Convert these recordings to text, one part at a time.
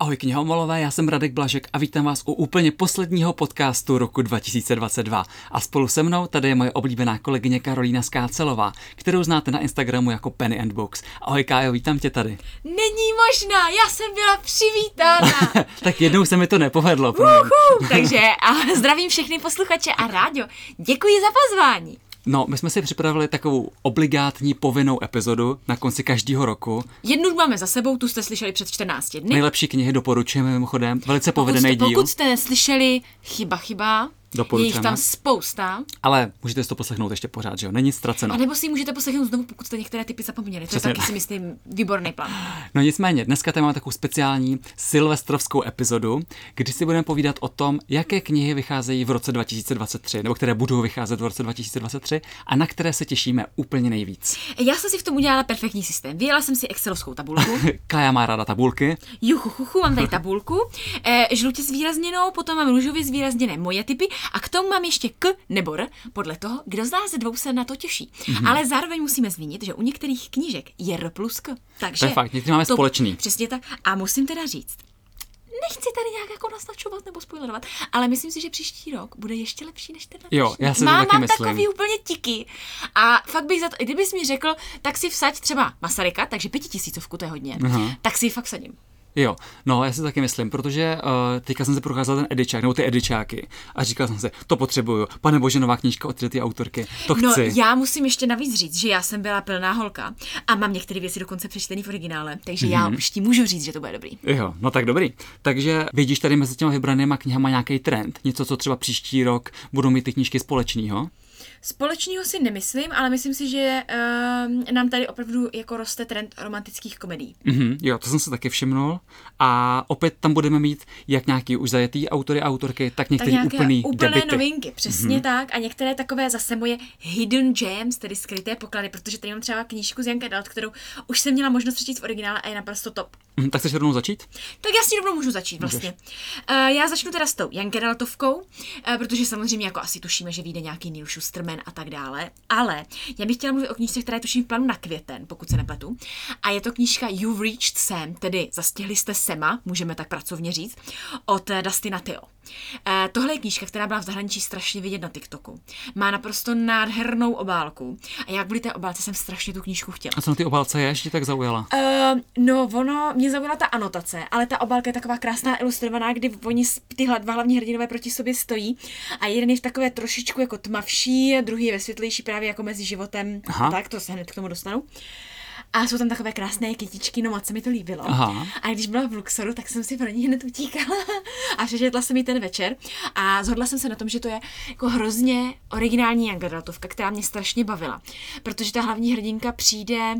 Ahoj knihomolové, já jsem Radek Blažek a vítám vás u úplně posledního podcastu roku 2022. A spolu se mnou tady je moje oblíbená kolegyně Karolína Skácelová, kterou znáte na Instagramu jako Penny and Books. Ahoj Kájo, vítám tě tady. Není možná, já jsem byla přivítána. Tak jednou se mi to nepovedlo. Takže zdravím všechny posluchače a Ráďo, děkuji za pozvání. No, my jsme si připravili takovou obligátní povinnou epizodu na konci každého roku. Jednu máme za sebou, tu jste slyšeli před 14 dny. Nejlepší knihy doporučujeme mimochodem, velice povedený díl. Pokud jste neslyšeli, chyba, je jich tam spousta. Ale můžete si to poslechnout ještě pořád, že jo? Není ztraceno. A nebo si můžete poslechnout znovu, pokud jste některé typy zapomněli. To je taky, si myslím, výborný plán. No nicméně, dneska tady máme takovou speciální silvestrovskou epizodu, kdy si budeme povídat o tom, jaké knihy vycházejí v roce 2023, nebo které budou vycházet v roce 2023 a na které se těšíme úplně nejvíc. Já jsem si v tom udělala perfektní systém. Vyjela jsem si excelovskou tabulku. Kája má ráda tabulky. Mám tady tabulku. Žlutě zvýrazněnou, potom mám růžově zvýrazněné moje typy a k tomu mám ještě k nebo r, podle toho, kdo z nás dvou se na to těší. Ale zároveň musíme zmínit, že u některých knížek je r plus k. Takže to je fakt, některý máme společný. Přesně tak. A musím teda říct, nechci tady nějak jako naznačovat nebo spoilerovat, ale myslím si, že příští rok bude ještě lepší než ten. Jo, já si to taky mám myslím. takový úplně tiky. A fakt bych za to, kdybys mi řekl, tak si vsaď třeba Masaryka, takže 5000, to je hodně, tak si ji fakt sadím. Jo, no já si taky myslím, protože teďka jsem se procházel ten edičák, nebo ty edičáky a říkal jsem si, to potřebuju, pane bože, nová knížka od této autorky, to chci. No já musím ještě navíc říct, že já jsem byla plná holka a mám některé věci dokonce přečtený v originále, takže já už ti můžu říct, že to bude dobrý. Jo, no tak dobrý. Takže vidíš tady mezi těma vybranýma knihama nějaký trend, něco, co třeba příští rok budou mít ty knížky společného? Společného si nemyslím, ale myslím si, že nám tady opravdu jako roste trend romantických komedií. Jo, to jsem se taky všimnul. A opět tam budeme mít jak nějaký už zajetý autory a autorky, tak některé úplné novinky, přesně tak. A některé takové zase moje hidden gems, tedy skryté poklady, protože tady mám třeba knížku z Young Adult, kterou už jsem měla možnost přečíst v originále a je naprosto top. Tak chceš rovnou začít? Tak já si rovnou můžu začít vlastně. Já začnu teda s tou Young Adultovkou, protože samozřejmě jako asi tušíme, že vyjde nějaký Neil Shusterman a tak dále, ale já bych chtěla mluvit o knížce, která je tuším v plánu na květen, pokud se nepletu. A je to knížka You've Reached Sam, tedy Zastihli jste Sema, můžeme tak pracovně říct, od Dustina Teo. Tohle je knížka, která byla v zahraničí strašně vidět na TikToku. Má naprosto nádhernou obálku. A já kvůli té obálce jsem strašně tu knížku chtěla. A co na té obálce je, že ti tak zaujala? Mě zaujala ta anotace, ale ta obálka je taková krásná ilustrovaná, kdy oni ty dva hlavní hrdinové proti sobě stojí a jeden je v takové trošičku jako tmavší, druhý je ve světlejší právě jako mezi životem. Tak to se hned k tomu dostanu. A jsou tam takové krásné kytičky, no moc se mi to líbilo. Aha. A když byla v Luxoru, tak jsem si pro ní hned utíkala a přečetla jsem ji ten večer a shodla jsem se na tom, že to je jako hrozně originální Young Adultovka, která mě strašně bavila, protože ta hlavní hrdinka přijde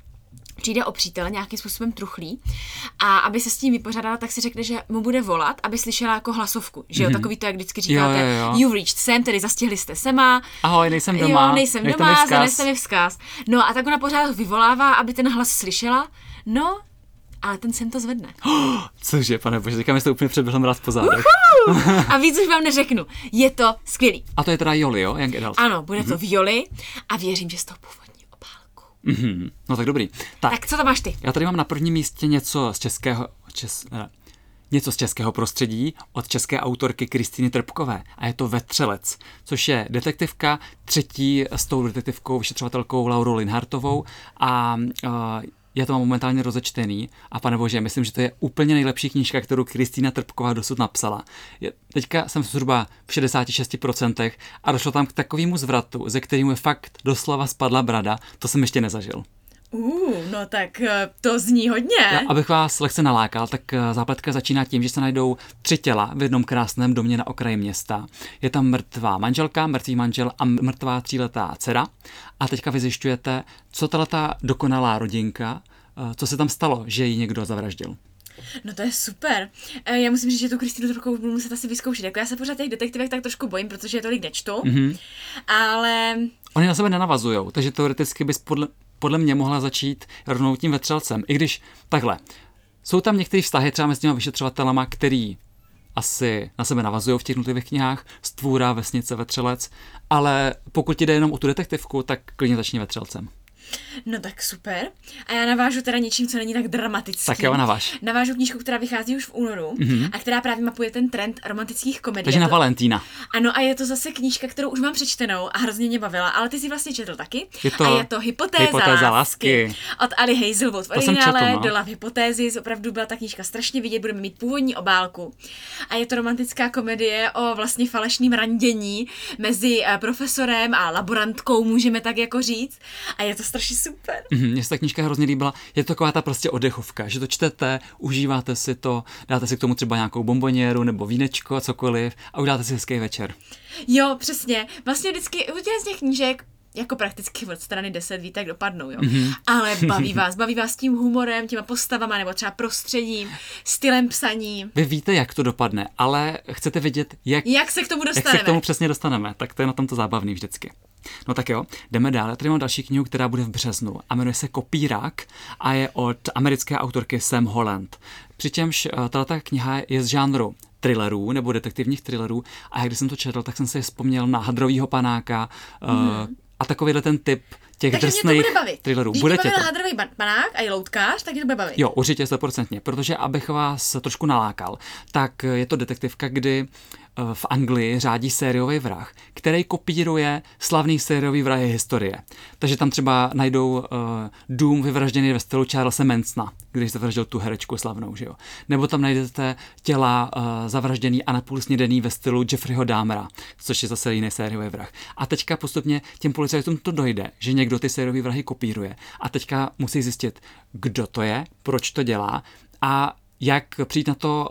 o přítele, nějakým způsobem truchlí a aby se s tím vypořádala, tak si řekne, že mu bude volat, aby slyšela jako hlasovku, že jo, takový to, jak vždycky říkáte, jo. You've reached Sam, tedy zastihli jste Sema. Ahoj, nejsem doma. Jo, nejsem doma, zaneste mi vzkaz. No a tak ona pořád vyvolává, aby ten hlas slyšela, no, ale ten Sam to zvedne. Cože, pane bože, říkám, že to úplně předběhl mráz po zádech. A víc už vám neřeknu, je to skvělý. A to je teda Joli, jo, Young Adult? Ano, bude to v Joli a věřím, že z toho původní obálku. No tak dobrý. Tak co tam máš ty? Já tady mám na prvním místě něco z českého prostředí od české autorky Kristýny Trpkové a je to Vetřelec, což je detektivka, třetí s tou detektivkou, vyšetřovatelkou Laurou Linhartovou a já to mám momentálně rozečtený a pane bože, myslím, že to je úplně nejlepší knížka, kterou Kristýna Trpková dosud napsala. Teďka jsem zhruba v 66% a došlo tam k takovému zvratu, ze kterému je fakt doslova spadla brada, to jsem ještě nezažil. No tak to zní hodně. Abych vás lehce nalákal, tak zápletka začíná tím, že se najdou 3 těla v jednom krásném domě na okraji města. Je tam mrtvá manželka, mrtvý manžel a mrtvá 3letá dcera. A teďka vy zjišťujete, co ta dokonalá rodinka, co se tam stalo, že ji někdo zavraždil. No to je super. Já musím říct, že tu Kristýnu Trpkovou budu muset asi vyzkoušet. Jako já se pořád těch detektivek tak trošku bojím, protože je tolik nečtu. Ale oni na sebe nenavazujou, takže teoreticky bys podle mě mohla začít rovnou tím Vetřelcem. I když takhle, jsou tam některé vztahy třeba mezi těma vyšetřovatelama, který asi na sebe navazují v těch jednotlivých knihách, Stvůra, Vesnice, Vetřelec, ale pokud jde jenom o tu detektivku, tak klidně začni Vetřelcem. No tak super. A já navážu teda něčím, co není tak dramatický. Tak jo, naváž. Navážu knížku, která vychází už v únoru a která právě mapuje ten trend romantických komedií. Takže na Valentína. Ano, a je to zase knížka, kterou už mám přečtenou a hrozně mě bavila, ale ty jsi vlastně četl taky. A je to Hypotéza lásky. Od Ali Hazelwood. V originále Dola v hypotézi, opravdu byla ta knížka strašně vidět, budeme mít původní obálku. A je to romantická komedie o vlastně falešném randění mezi profesorem a laborantkou, můžeme tak jako říct. A je to strašně super. Mně se ta knížka hrozně líbila. Je to taková ta prostě oddechovka, že to čtete, užíváte si to, dáte si k tomu třeba nějakou bomboněru nebo vínečko, cokoliv a uděláte si hezký večer. Jo, přesně. Vlastně vždycky u těch knížek jako prakticky od strany 10 víte, jak dopadnou, jo. Ale baví vás tím humorem, těma postavama, nebo třeba prostředím, stylem psaní. Vy víte, jak to dopadne, ale chcete vědět, jak se k tomu dostaneme. Jak se k tomu přesně dostaneme, tak to je na tomto zábavný vždycky. No tak jo, jdeme dál. Já tady mám další knihu, která bude v březnu a jmenuje se Kopírák a je od americké autorky Sam Holland. Přičemž tato kniha je z žánru thrillerů nebo detektivních thrillerů a jak když jsem to četl, tak jsem si vzpomněl na Hadrovýho panáka a takovýhle ten typ těch drsných thrillerů. Když bude to Hadrový panák a je loutkář, tak je to bude bavit. Jo, určitě 100%, protože abych vás trošku nalákal, tak je to detektivka, kdy v Anglii řádí sériový vrah, který kopíruje slavný sériový vrahy historie. Takže tam třeba najdou dům vyvražděný ve stylu Charlesa Mansona, když zavraždil tu herečku slavnou, že jo. Nebo tam najdete těla zavražděný a napůl snědený ve stylu Jeffreyho Dahmera, což je zase jiný sériový vrah. A teďka postupně těm policajtům to dojde, že někdo ty sériový vrahy kopíruje. A teďka musí zjistit, kdo to je, proč to dělá a jak přijít na to,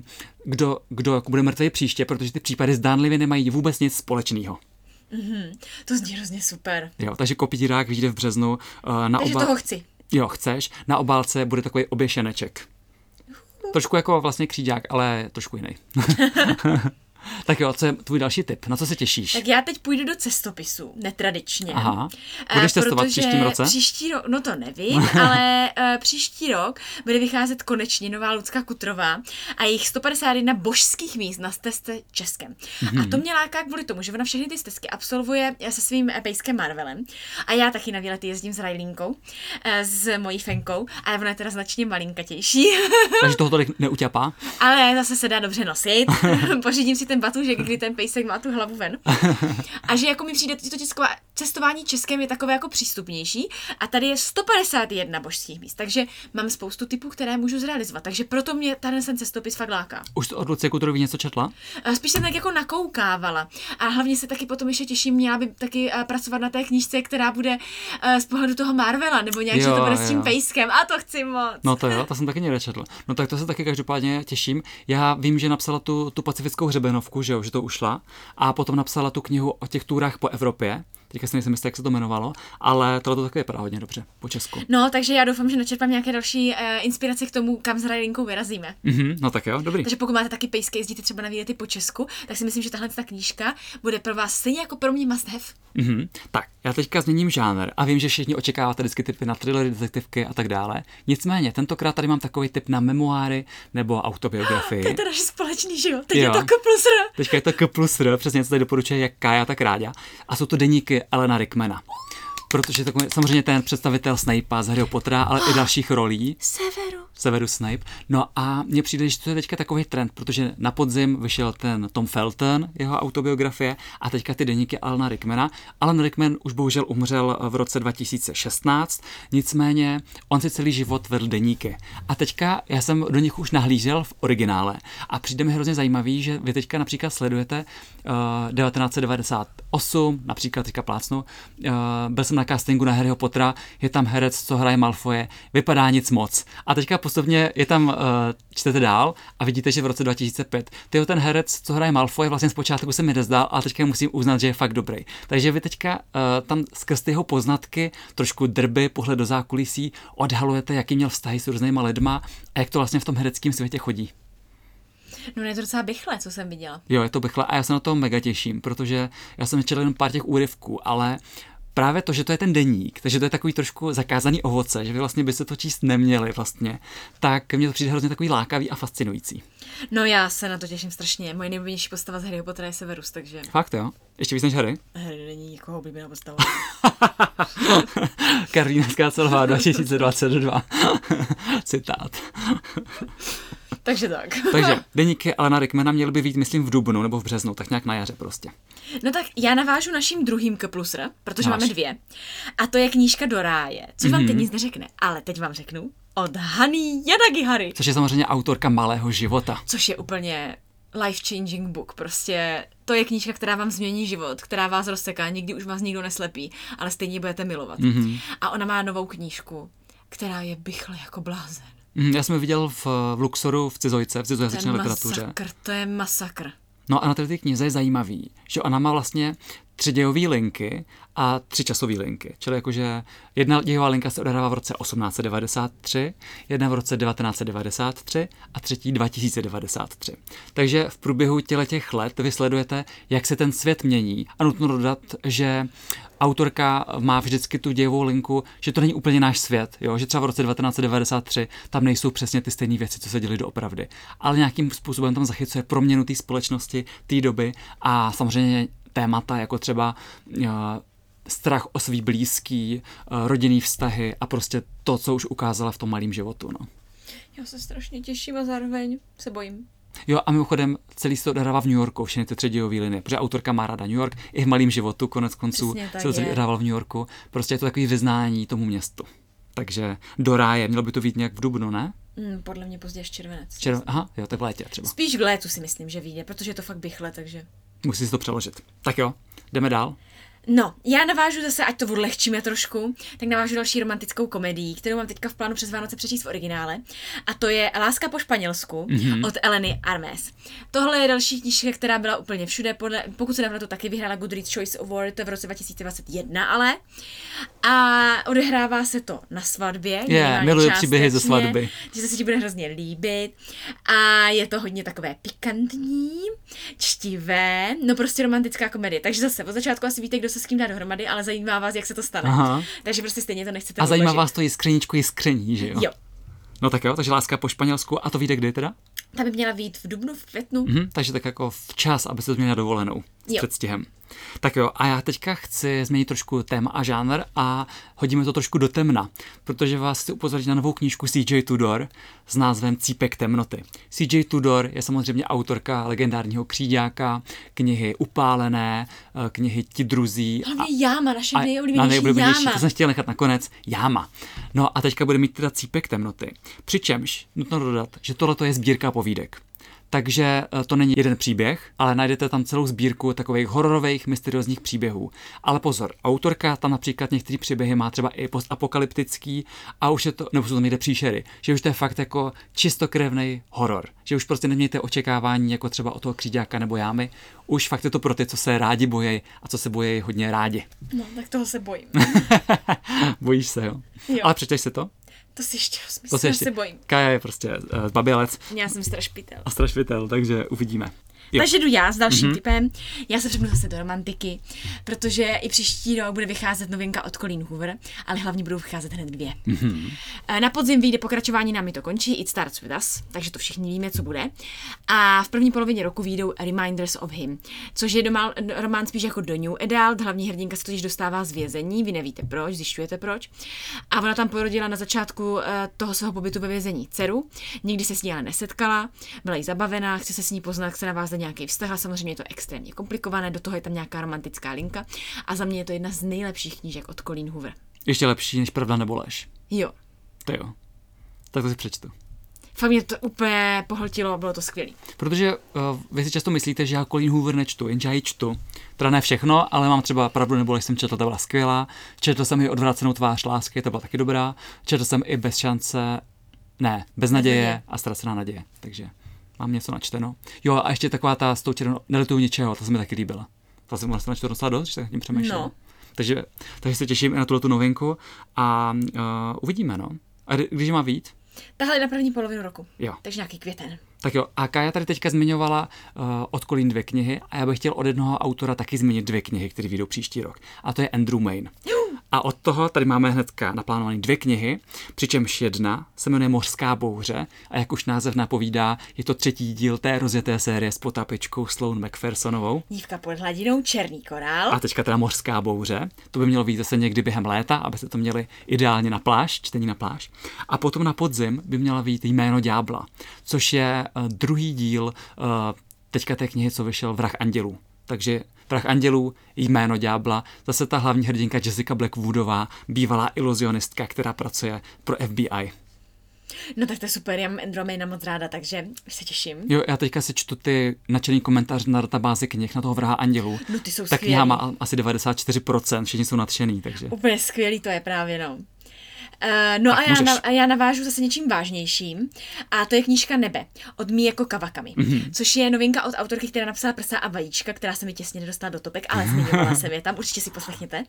kdo bude mrtvý příště, protože ty případy zdánlivě nemají vůbec nic společného. To zní hrozně super. Jo, takže Kopírák vyjde v březnu. Takže toho chci. Jo, chceš. Na obálce bude takový oběšeneček. Trošku jako vlastně kříďák, ale trošku jiný. Tak jo, co je tvůj další tip? Na co se těšíš? Tak já teď půjdu do cestopisu, netradičně. Aha. Budeš testovat v příštím roce? Příští rok, no to nevím, ale příští rok bude vycházet konečně nová Lucka Kutrová a jejich 151 božských míst na stezce Českem. A to mě láká kvůli tomu, že ona všechny ty stezky absolvuje se svým pejskem Marvelem a já taky na výlety jezdím s Rajlínkou, s mojí Fenkou, ale ona je teda značně malinkatější. Takže toho tolik neuťapá? Ale zase se dá dobře nosit. Pořídím si ten batůžek, kdy ten pejsek má tu hlavu ven. A že jako mi přijde, že to cestování Českem je takové jako přístupnější a tady je 151 božských míst, takže mám spoustu typů, které můžu zrealizovat, takže proto mě ten cestopis fakt láká. Už to od Lucie Kutrové něco četla? Spíš jsem tak jako nakoukávala a hlavně se taky potom ještě těším, měla by taky pracovat na té knížce, která bude z pohledu toho Marvela, nebo nějak, že to bude s tím pejskem a to chci moc. No to jo, to jsem taky někde četl. No tak to se taky každopádně těším. Já vím, že napsala tu pacifickou hřebenovku, že to ušla a potom napsala tu knihu o těch túrách po Evropě. Teďka si nejsem jistý, jak se to jmenovalo, ale tohle to taky vypadá hodně dobře po Česku. No, takže já doufám, že načerpám nějaké další inspirace k tomu, kam s Rajlinkou vyrazíme. No tak jo, dobrý. Takže pokud máte taky pejsky, jezdíte třeba na výlety po Česku, tak si myslím, že tahle ta knížka bude pro vás stejně jako pro mě must have. Tak, já teďka změním žánr a vím, že všichni očekáváte vždycky typy na thrillery, detektivky a tak dále. Nicméně, tentokrát tady mám takový typ na memoáry nebo autobiografii. To je to naše společný život. Teď je to K+R. Teďka je to K+R, přesně co tady doporučuje jak Kája, tak Ráďa. A jsou to deníky Alana Rickmana. Protože takový, samozřejmě ten představitel Snape'a z Harryho Pottera, ale i dalších rolí. Severus Snape. No a mně přijde, že to je teďka takový trend, protože na podzim vyšel ten Tom Felton, jeho autobiografie, a teďka ty deníky Alana Rickmana. Alan Rickman už bohužel umřel v roce 2016, nicméně on si celý život vedl deníky. A teďka já jsem do nich už nahlížel v originále a přijde mi hrozně zajímavý, že vy teďka například sledujete 1998, například teďka plácnu, byl jsem na castingu na Harryho Pottera, je tam herec, co hraje Malfoje, vypadá nic moc. A teďka postupně je tam, čtete dál a vidíte, že v roce 2005 ten herec, co hraje Malfoje, vlastně zpočátku se mi nezdál, ale teďka musím uznat, že je fakt dobrý. Takže vy teďka tam skrz ty jeho poznatky, trošku drby, pohled do zákulisí, odhalujete, jaký měl vztahy s různýma lidma a jak to vlastně v tom hereckém světě chodí. No je to docela bychle, co jsem viděla. Jo, je to bychle a já se na to mega těším, protože já jsem četl jen pár těch úryvků, ale právě to, že to je ten deník, takže to je takový trošku zakázaný ovoce, že vy vlastně byste to číst neměli vlastně, tak mně to přijde hrozně takový lákavý a fascinující. No já se na to těším strašně. Moje nejoblíbenější postava z Harryho Pottera je Severus, takže... Fakt jo? Ještě víc než Harry? Harry není nikoho oblíbená postava. Karolínská celá 2022. Citát. Takže tak. Takže deníky Alana Rickmana měly by být, myslím, v dubnu nebo v březnu, tak nějak na jaře prostě. No tak já navážu naším druhým K+, protože Máš. máme 2. A to je knížka do ráje, což vám teď nic neřekne, ale teď vám řeknu od Hany Yanagihary. Což je samozřejmě autorka Malého života. Což je úplně life-changing book. Prostě to je knížka, která vám změní život, která vás rozseká, nikdy už vás nikdo neslepí, ale stejně budete milovat. A ona má novou knížku, která je bychle jako blázen. Já jsem ji viděl v Luxoru v cizojazyčné literatuře. To je masakr. No a na té knize je zajímavý, že ona má vlastně 3 dějové linky a 3 časové linky. Čili jakože jedna dějová linka se odehrává v roce 1893, jedna v roce 1993 a třetí 2093. Takže v průběhu těch let vy sledujete, jak se ten svět mění a nutno dodat, že autorka má vždycky tu dějovou linku, že to není úplně náš svět, jo? Že třeba v roce 1993 tam nejsou přesně ty stejné věci, co se děly doopravdy. Ale nějakým způsobem tam zachycuje proměnu té společnosti, té doby a samozřejmě témata jako třeba strach o svý blízký, rodinný vztahy a prostě to, co už ukázala v tom Malém životu. No. Já se strašně těším a zároveň se bojím. Jo a mimochodem celý se to odehrává v New Yorku, všechny ty 3 dějové linie, protože autorka má ráda New York, i v Malém životu konec konců se to odehrával v New Yorku, prostě je to takový vyznání tomu městu. Takže do ráje, mělo by to být nějak v dubnu, ne? Podle mě později červenec. Aha, jo, tak v létě třeba. Spíš v létu si myslím, že vyjde, protože je to fakt bychle, takže... Musí si to přeložit. Tak jo, jdeme dál. No, já navážu zase, ať to odlehčíme trošku, tak navážu další romantickou komedii, kterou mám teďka v plánu přes Vánoce přečíst v originále. A to je Láska po španělsku od Eleny Armes. Tohle je další knížka, která byla úplně všude, pokud se to taky vyhrála Goodreads Choice Award, to je v roce 2021, ale. A odehrává se to na svatbě. Miluji příběhy ze svatby. Že se ti bude hrozně líbit. A je to hodně takové pikantní, čtivé, no prostě romantická komedie. Takže zase od začátku asi víte, kdo se s kým dá dohromady, ale zajímá vás, jak se to stane. Aha. Takže prostě stejně to nechcete. A zajímá vás to jiskření, že jo? Jo. No tak jo, takže Láska po španělsku. A to vyjde kdy teda? Ta by měla vyjít v dubnu, v květnu. Takže tak jako včas, aby se to měla na dovolenou s předstihem. Tak jo, a já teďka chci změnit trošku téma a žánr a hodíme to trošku do temna, protože vás chci upozornit na novou knížku C.J. Tudor s názvem Cípek temnoty. C.J. Tudor je samozřejmě autorka legendárního kříďáka, knihy Upálené, knihy Ti druzí. Hlavně Jáma, naše nejoblíbenější Jáma. To jsem chtěl nechat nakonec, Jáma. No a teďka bude mít teda Cípek temnoty. Přičemž nutno dodat, že tohle je sbírka povídek. Takže to není jeden příběh, ale najdete tam celou sbírku takových hororových, mysteriózních příběhů. Ale pozor, autorka tam například některé příběhy má třeba i postapokalyptický a už je to, nebo jsou tam někde příšery, že už to je fakt jako čistokrevný horor. Že už prostě nemějte očekávání jako třeba od toho kříďáka nebo Jámy. Už fakt je to pro ty, co se rádi bojí a co se bojí hodně rádi. No, tak toho se bojím. Bojíš se, jo? Ale přečteš si to? To si ještě rozmyslím, já se bojím. Kaja je prostě zbabělec. Já jsem strašpitel. A strašpitel, takže uvidíme. Jo. Takže jdu já s dalším typem. Já se přepnu zase do romantiky, protože i příští rok bude vycházet novinka od Colleen Hoover, ale hlavně budou vycházet hned 2. Na podzim vyjde pokračování Námi to končí, It Starts With Us, takže to všichni víme, co bude. A v první polovině roku vyjdou Reminders of Him, což je román spíš jako do New Adult. Hlavní hrdinka se totiž dostává z vězení, vy nevíte proč, zjišťujete proč. A ona tam porodila na začátku toho svého pobytu ve vězení dceru. Nikdy se s ní ale nesetkala, byla jí zabavená, chce se s ní poznat, chce navázat nějaký vztah a samozřejmě je to extrémně komplikované, do toho je tam nějaká romantická linka a za mě je to jedna z nejlepších knížek od Colleen Hoover. Ještě lepší než Pravda nebo lež. Jo. To jo. Tak to si přečtu. Fakt mě to úplně pohltilo a bylo to skvělý. Protože vy si často myslíte, že já Colleen Hoover nečtu, jenže já ji čtu. Teda ne všechno, ale mám třeba Pravdu nebo lež jsem četl, ta byla skvělá. Četl jsem i Odvrácenou tvář lásky, ta byla taky dobrá. Četl jsem i Bez naděje a Ztracená naděje, takže mám něco načteno. Jo, a ještě taková ta s tou černou, Nelituju ničeho, to se mi taky líbila. To jsem vlastně načteno docela dost, že tak tím přemýšlel. No. Takže se těším i na tu novinku a uvidíme, no. A když má vyjít? Tahle je na první polovinu roku. Jo. Takže nějaký květen. Tak jo, a Kája tady teďka zmiňovala od Colleen 2 knihy a já bych chtěl od jednoho autora taky zmínit 2 knihy, které vyjdou příští rok. A to je Andrew Mayne. A od toho tady máme hnedka naplánované 2 knihy, přičemž jedna se jmenuje Mořská bouře a jak už název napovídá, je to 3. díl té rozjeté série s potápěčkou Sloane McPhersonovou. Dívka pod hladinou, černý korál. A teďka teda Mořská bouře. To by mělo být zase někdy během léta, abyste to měli ideálně na pláž, čtení na pláž. A potom na podzim by měla být Jméno ďábla, což je 2. díl teďka té knihy, co vyšel Vrah andělů. Takže Vrah andělů, Jméno ďábla, zase ta hlavní hrdinka Jessica Blackwoodová, bývalá iluzionistka, která pracuje pro FBI. No tak to je super, já mám Andrew Mayna moc ráda, takže se těším. Jo, já teďka si čtu ty nadšený komentář na databázi knih na toho Vraha andělů. No ty jsou ta skvělý. kniha má asi 94%, všichni jsou nadšený, takže. Úplně skvělý to je právě, no. No a já navážu zase něčím vážnějším a to je knížka Nebe od Mieko Kawakami, což je novinka od autorky, která napsala Prsa a vajíčka, která se mi těsně nedostala do topek, ale zmiňovala jsem je tam, určitě si poslechněte.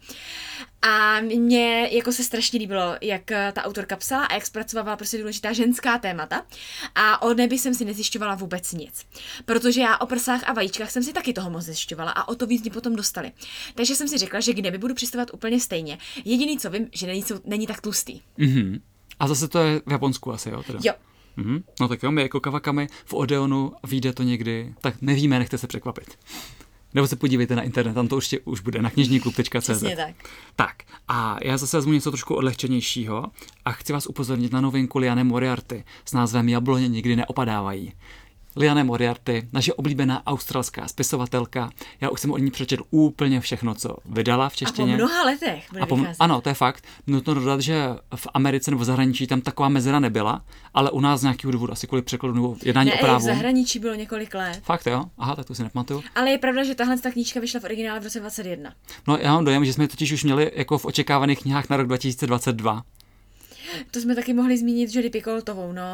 A mně jako se strašně líbilo, jak ta autorka psala a jak zpracovávala prostě důležitá ženská témata a o Nebi jsem si nezjišťovala vůbec nic, protože já o prsách a vajíčkách jsem si taky toho moc zjišťovala a o to víc mě potom dostali. Takže jsem si řekla, že k Nebi budu přistupovat úplně stejně. Jediný, co vím, že není tak tlustý. Mm-hmm. A zase to je v Japonsku asi, jo? Teda. Jo. Mm-hmm. No tak jo, my jako Kawakami v Odeonu vyjde to někdy, tak nevíme, nechte se překvapit. Nebo se podívejte na internet, tam to určitě už bude, na knižníklub.cz. Přesně tak. Tak, a já zase vezmu něco trošku odlehčenějšího a chci vás upozornit na novinku Liane Moriarty s názvem Jabloně nikdy neopadávají. Liane Moriarty, naše oblíbená australská spisovatelka. Já už jsem od ní přečetl úplně všechno, co vydala v češtině. A po mnoha letech bude vycházet. Ano, to je fakt. Nutno dodat, že v Americe nebo v zahraničí tam taková mezera nebyla, ale u nás z nějakého důvodu, asi kvůli překladu nebo jednání o právu. V zahraničí bylo několik let. Fakt jo? Aha, tak to si nepamatuju. Ale je pravda, že tahle knížka vyšla v originále v roce 2021. No já mám dojem, že jsme totiž už měli jako v očekávaných knihách na rok 2022. To jsme taky mohli zmínit Jodie Picoultovou, no,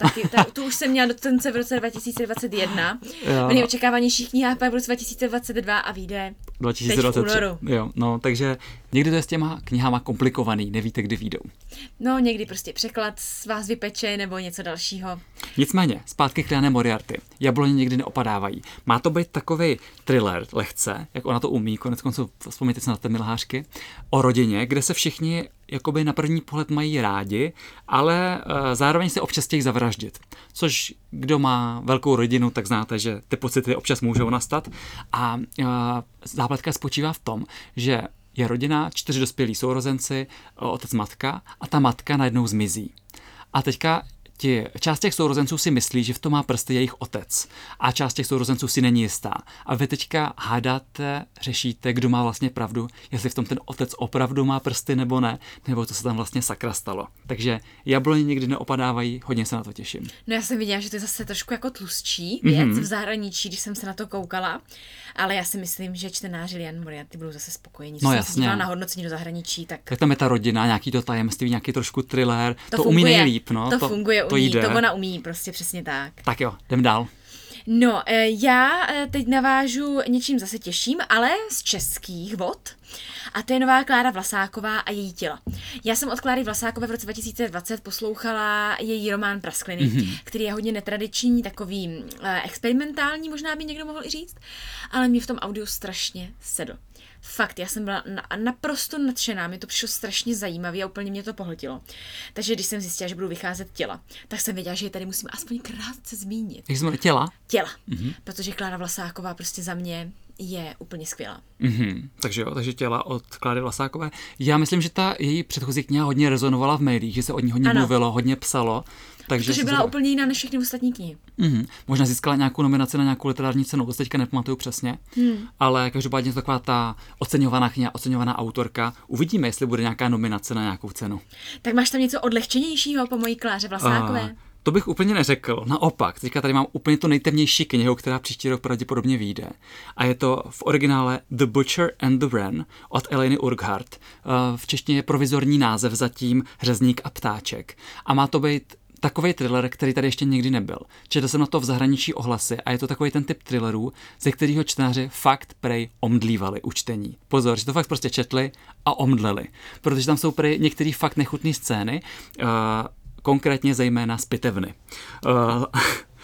tu už jsem měla docence v roce 2021. V nejočekávanějších knihách pak v roce 2022 a vyjde 2023. Jo, no, takže někdy to je s těma knihama komplikovaný, nevíte, kdy vyjdou. No, někdy prostě překlad vás vypeče nebo něco dalšího. Nicméně, zpátky k Liane Moriarty. Jabloně někdy neopadávají. Má to být takovej thriller, lehce, jak ona to umí, koneckonců vzpomnějte si na ty milhářky, o rodině, kde se všichni jakoby na první pohled mají rádi, ale zároveň se občas chtějí zavraždit. Což kdo má velkou rodinu, tak znáte, že ty pocity občas můžou nastat. A zápletka spočívá v tom, že je rodina, 4 dospělí sourozenci, otec, matka a ta matka najednou zmizí. A teďka část těch sourozenců si myslí, že v tom má prsty jejich otec a část těch sourozenců si není jistá. A vy teďka hádáte, řešíte, kdo má vlastně pravdu, jestli v tom ten otec opravdu má prsty nebo ne, nebo co se tam vlastně sakra stalo. Takže Jabloně nikdy neopadávají, hodně se na to těším. No já jsem viděla, že to je zase trošku jako tlustší věc v zahraničí, když jsem se na to koukala, ale já si myslím, že čtenáři Liane Moriarty budou zase spokojení. No jsem jasně. se dívala na hodnocení do zahraničí, tak tam je ta rodina, nějaký to tajemství, nějaký trošku thriller, to funguje, umí nejlíp, no. To funguje, to jde. To ona umí, prostě přesně tak. Tak jo, jdem dál. No, já teď navážu něčím zase těžším, ale z českých vod. A to je nová Klára Vlasáková a její těla. Já jsem od Kláry Vlasákové v roce 2020 poslouchala její román Praskliny, který je hodně netradiční, takový experimentální, možná by někdo mohl i říct, ale mě v tom audiu strašně sedl. Fakt, já jsem byla naprosto nadšená, mě to přišlo strašně zajímavé a úplně mě to pohltilo. Takže když jsem zjistila, že budou vycházet těla, tak jsem věděla, že je tady musím aspoň krátce zmínit. Jak jsme těla? Těla, protože Klára Vlasáková prostě za mě je úplně skvělá. Takže jo, takže těla od Kláry Vlasákové. Já myslím, že ta její předchozí kniha hodně rezonovala v médiích, že se o ní hodně mluvilo, hodně psalo. Protože byla úplně jiná než všechny ostatní knihy. Možná získala nějakou nominaci na nějakou literární cenu, to se teďka nepamatuju přesně, ale každopádně to taková ta oceňovaná kniha, oceňovaná autorka. Uvidíme, jestli bude nějaká nominace na nějakou cenu. Tak máš tam něco odlehčenějšího po mojí Kláře Vlasákové? To bych úplně neřekl. Naopak, teďka tady mám úplně tu nejtemnější knihu, která příští rok pravděpodobně vyjde. A je to v originále The Butcher and the Wren od Eleny Urquhart. V češtině je provizorní název zatím Řezník a ptáček. A má to být takovej thriller, který tady ještě nikdy nebyl. Četl jsem na to v zahraničí ohlasy a je to takový ten typ thrillerů, ze kterého čtenáři fakt prej omdlívali u čtení. Pozor, že to fakt prostě četli a omdleli. Protože tam jsou prej některé fakt nechutné scény, konkrétně zejména z pitevny.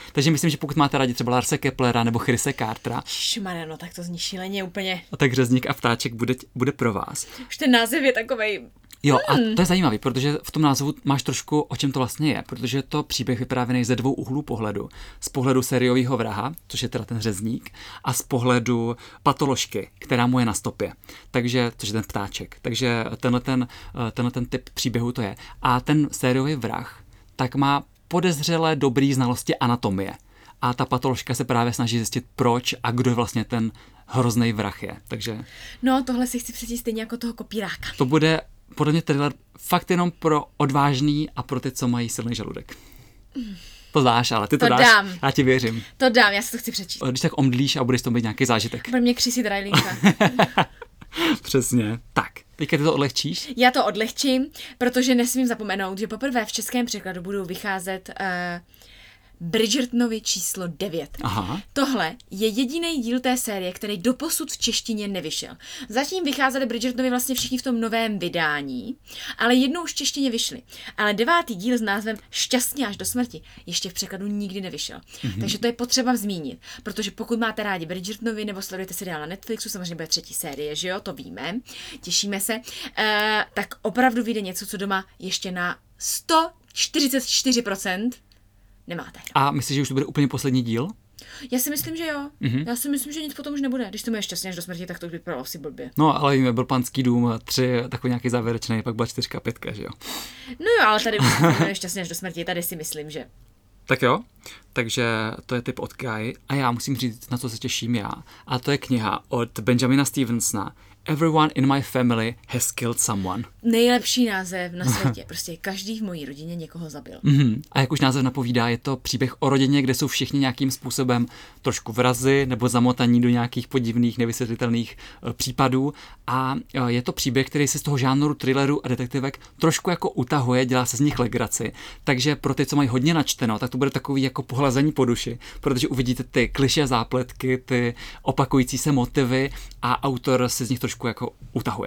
Takže myslím, že pokud máte rádi třeba Larse Keplera nebo Chrise Cartera, Šmarja, no tak to zní šíleně úplně. tak Řezník a ptáček bude pro vás. Už ten název je takovej. Jo, a to je zajímavý, protože v tom názvu máš trošku, o čem to vlastně je, protože je to příběh vyprávěný ze dvou úhlů pohledu. Z pohledu sériového vraha, což je teda ten řezník, a z pohledu patoložky, která mu je na stopě. Takže, což je ten ptáček. Takže tenhle ten typ příběhu to je. A ten sériový vrah tak má podezřelé dobrý znalosti anatomie. A ta patoložka se právě snaží zjistit, proč a kdo vlastně ten hrozný vrah je. Takže No, tohle si chci přečíst stejně jako toho kopíráka. to bude podle mě thriller fakt jenom pro odvážný a pro ty, co mají silný žaludek. To dáš, ale ty to dáš. Dám. Já ti věřím. To dám, já si to chci přečíst. Když tak omdlíš a budeš to mít nějaký zážitek. Pro mě křisí drajlinka. Přesně. Tak, teďka ty to odlehčíš? Já to odlehčím, protože nesmím zapomenout, že poprvé v českém překladu budou vycházet Bridgertonovi číslo 9. Aha. Tohle je jediný díl té série, který doposud v češtině nevyšel. Zatím vycházeli Bridgertonovi vlastně všichni v tom novém vydání, ale jednou už v češtině vyšli. Ale 9. díl s názvem Šťastně až do smrti ještě v překladu nikdy nevyšel. Takže to je potřeba zmínit, protože pokud máte rádi Bridgertonovi nebo sledujete seriál na Netflixu, samozřejmě bude 3. série, že jo, to víme, těšíme se, tak opravdu vyjde něco, co doma ještě na 144% nemáte. A myslíš, že už to bude úplně poslední díl? Já si myslím, že jo. Já si myslím, že nic potom už nebude. Když to bude šťastně až do smrti, tak to už vypadalo asi blbě. No, ale víme, byl Panský dům 3, takový nějaký závěrečný, pak byla 4 a 5, že jo? No jo, ale tady bude šťastně až do smrti, tady si myslím, že. Tak jo, takže to je tip od Guy a já musím říct, na co se těším já. A to je kniha od Benjamina Stevensona Everyone in my family has killed someone. Nejlepší název na světě. Prostě každý v mojí rodině někoho zabil. A jak už název napovídá, je to příběh o rodině, kde jsou všichni nějakým způsobem trošku vrazi nebo zamotaní do nějakých podivných, nevysvětlitelných případů. A je to příběh, který se z toho žánru thrilleru a detektivek trošku jako utahuje, dělá se z nich legraci. Takže pro ty, co mají hodně načteno, tak to bude takový jako pohlazení po duši, protože uvidíte ty klišé zápletky, ty opakující se motivy a autor se z nich trošku jako utahuje.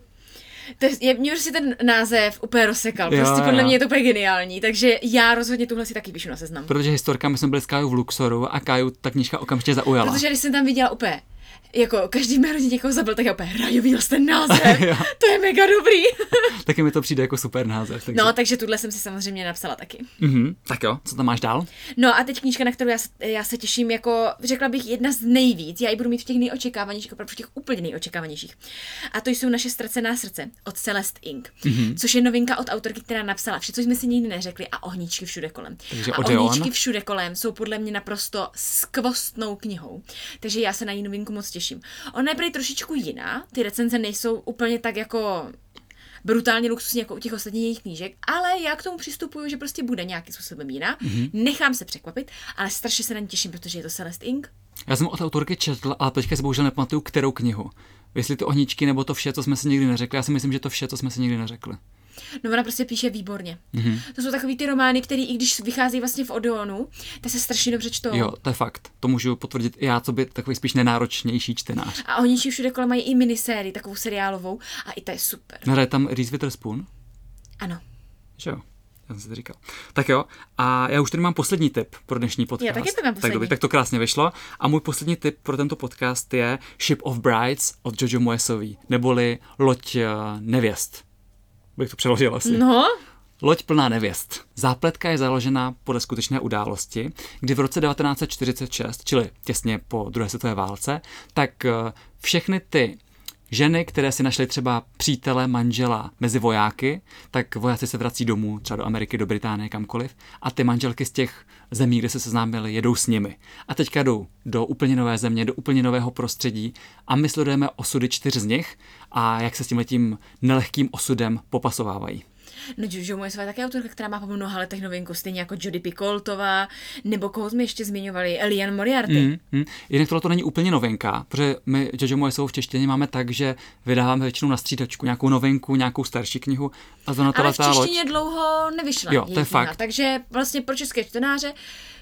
Mě už si ten název úplně rozsekal. Prostě podle mě je to úplně geniální, takže já rozhodně tuhle si taky píšu na seznam. Protože historka, my jsme byli s Kájou v Luxoru a Káju ta knížka okamžitě zaujala. Protože když jsem tam viděla úplně, jako každý v mé rodině někoho zabil, tak já úplně rajový ten název. To je mega dobrý. Taky mi to přijde jako super název. Takže. No, takže tuhle jsem si samozřejmě napsala taky. Tak jo, co tam máš dál? No a teď knížka, na kterou já se těším, jako řekla bych jedna z nejvíc. Já ji budu mít v těch nejočekávanějších, opravdu v těch úplně nejočekávanějších. A to jsou Naše ztracená srdce od Celeste Ng, což je novinka od autorky, která napsala Vše, co jsme si nikdy neřekli a Ohníčky všude kolem. Takže a Ohníčky všude kolem jsou podle mě naprosto skvostnou knihou. Takže já se na její novinku moc těším. Ona je prý trošičku jiná, ty recenze nejsou úplně tak jako brutálně luxusní jako u těch ostatních jejich knížek, ale já k tomu přistupuju, že prostě bude nějakým způsobem jiná. Nechám se překvapit, ale strašně se na ní těším, protože je to Celeste Ng. Já jsem od autorky četl, ale teďka si bohužel nepamatuju, kterou knihu. Jestli ty Ohníčky nebo to Vše, co jsme si nikdy neřekli. Já si myslím, že to Vše, co jsme si nikdy neřekli. No ona prostě píše výborně. To jsou takový ty romány, které i když vychází vlastně v Odeonu, tak se strašně dobře čtou. Jo, to je fakt. To můžu potvrdit i já, co by takový spíš nenáročnější čtenář. A Ohníčky všude kolem mají i minisérii, takovou seriálovou a i ta je super. Hraje tam Reese Witherspoon? Ano. Že jo. Já jsem si to říkal. Tak jo, a já už tady mám poslední tip pro dnešní podcast. Já taky mám poslední. Tak to krásně vyšlo. A můj poslední tip pro tento podcast je Ship of Brides od Jojo Moyesový, neboli Loď nevěst. Bych to přeložil asi. No. Loď plná nevěst. Zápletka je založena podle skutečné události, kdy v roce 1946, čili těsně po druhé světové válce, tak všechny ty ženy, které si našly třeba přítele, manžela mezi vojáky, tak vojáci se vrací domů, třeba do Ameriky, do Británie, kamkoliv, a ty manželky z těch zemí, kde se seznámily, jedou s nimi. A teďka jdou do úplně nové země, do úplně nového prostředí a my sledujeme osudy 4 z nich a jak se s tímhletím nelehkým osudem popasovávají. No Jojo Moyesová je také autorka, která má po mnoha letech novinku, stejně jako Jodie Picoultová, nebo koho jsme ještě zmiňovali, Liane Moriarty. Jinak tohle to není úplně novinka, protože my Jojo Moyesovou v češtině máme tak, že vydáváme většinou na střídačku nějakou novinku, nějakou starší knihu a zrovna ale v ta češtině dlouho nevyšla. Jo, to je fakt. Takže vlastně pro české čtenáře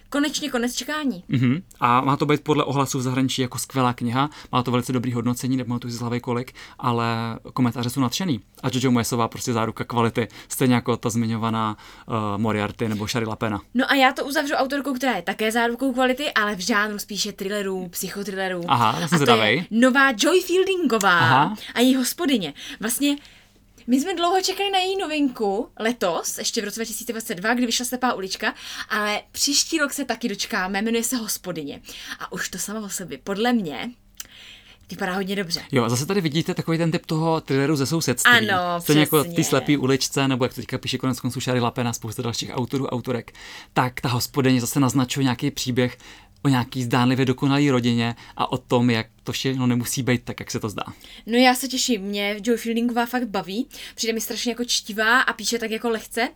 konečně konec čekání. A má to být podle ohlasů v zahraničí jako skvělá kniha, má to velice dobrý hodnocení, nepamatuji z hlavy kolik, ale komentáře jsou nadšený. A Jojo Moyesová prostě záruka kvality, stejně jako ta zmiňovaná Moriarty nebo Shari LaPena. No a já to uzavřu autorkou, která je také zárukou kvality, ale v žánru spíše thrillerů, psychothrillerů. Aha, já jsem a to zvědavej. je nová Joy Fieldingová Aha. a její hospodyně. Vlastně my jsme dlouho čekali na její novinku letos, ještě v roce 2022, kdy vyšla Slepá ulička, ale příští rok se taky dočkáme, jmenuje se Hospodyně. A už to samo o sobě, podle mě, vypadá hodně dobře. Jo, zase tady vidíte takový ten typ toho thrilleru ze sousedství. Ano, stejně jako přesně. ty Slepý uličce, nebo jak to teďka píše konec konců Shari LaPena, spousta dalších autorů, autorek. Tak ta Hospodyně zase naznačuje nějaký příběh o nějaký zdánlivě dokonalý rodině a o tom, jak to všechno nemusí být tak, jak se to zdá. No já se těším, mě Joy Fieldingová fakt baví, přijde mi strašně jako čtivá a píše tak jako lehce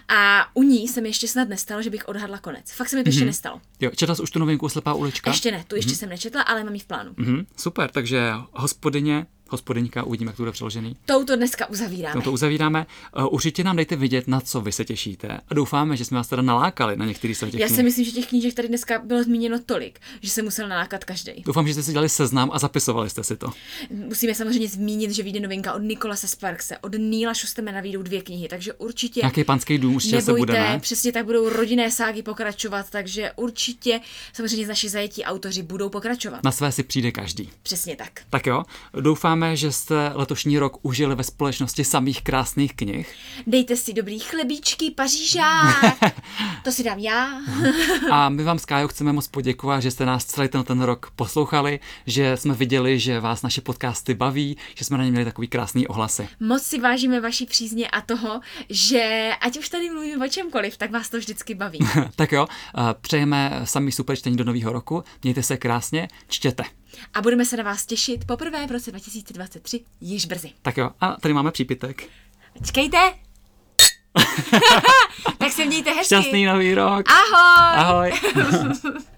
a u ní se mi ještě snad nestalo, že bych odhadla konec. Fakt se mi to ještě nestalo. Jo, četla jsi už tu novinku Slepá ulička? Ještě ne, tu ještě jsem nečetla, ale mám ji v plánu. Super, takže Hospodyňka, uvidíme, jak to bude přeložený. Touto dneska uzavíráme. To uzavíráme. Určitě nám dejte vidět, na co vy se těšíte. A doufáme, že jsme vás teda nalákali na některý z těch Já knih. si myslím, že těch knížek tady dneska bylo zmíněno tolik, že se musel nalákat každý. Doufám, že jste si dělali seznam a zapisovali jste si to. Musíme samozřejmě zmínit, že vyjde novinka od Nicholase Sparkse, od Neila Schustermana vyjdou 2 knihy, takže určitě Nějaký Panský dům, určitě se budeme. přesně tak budou rodinné ságy pokračovat, takže určitě samozřejmě naši zajetí autoři budou pokračovat. Na své si přijde každý. Přesně tak. Tak jo, doufáme, že jste letošní rok užili ve společnosti samých krásných knih. Dejte si dobrý chlebíčky, pařížák. To si dám já. A my vám s Kájou chceme moc poděkovat, že jste nás celý ten rok poslouchali, že jsme viděli, že vás naše podcasty baví, že jsme na ně měli takový krásný ohlasy. Moc si vážíme vaší přízně a toho, že ať už tady mluvíme o čemkoliv, tak vás to vždycky baví. Tak jo, přejeme samý super čtení do nového roku, mějte se krásně, čtěte. A budeme se na vás těšit poprvé v roce 2023 již brzy. Tak jo, a tady máme přípitek. Čekejte! Tak se mějte hezky. Šťastný nový rok. Ahoj! Ahoj.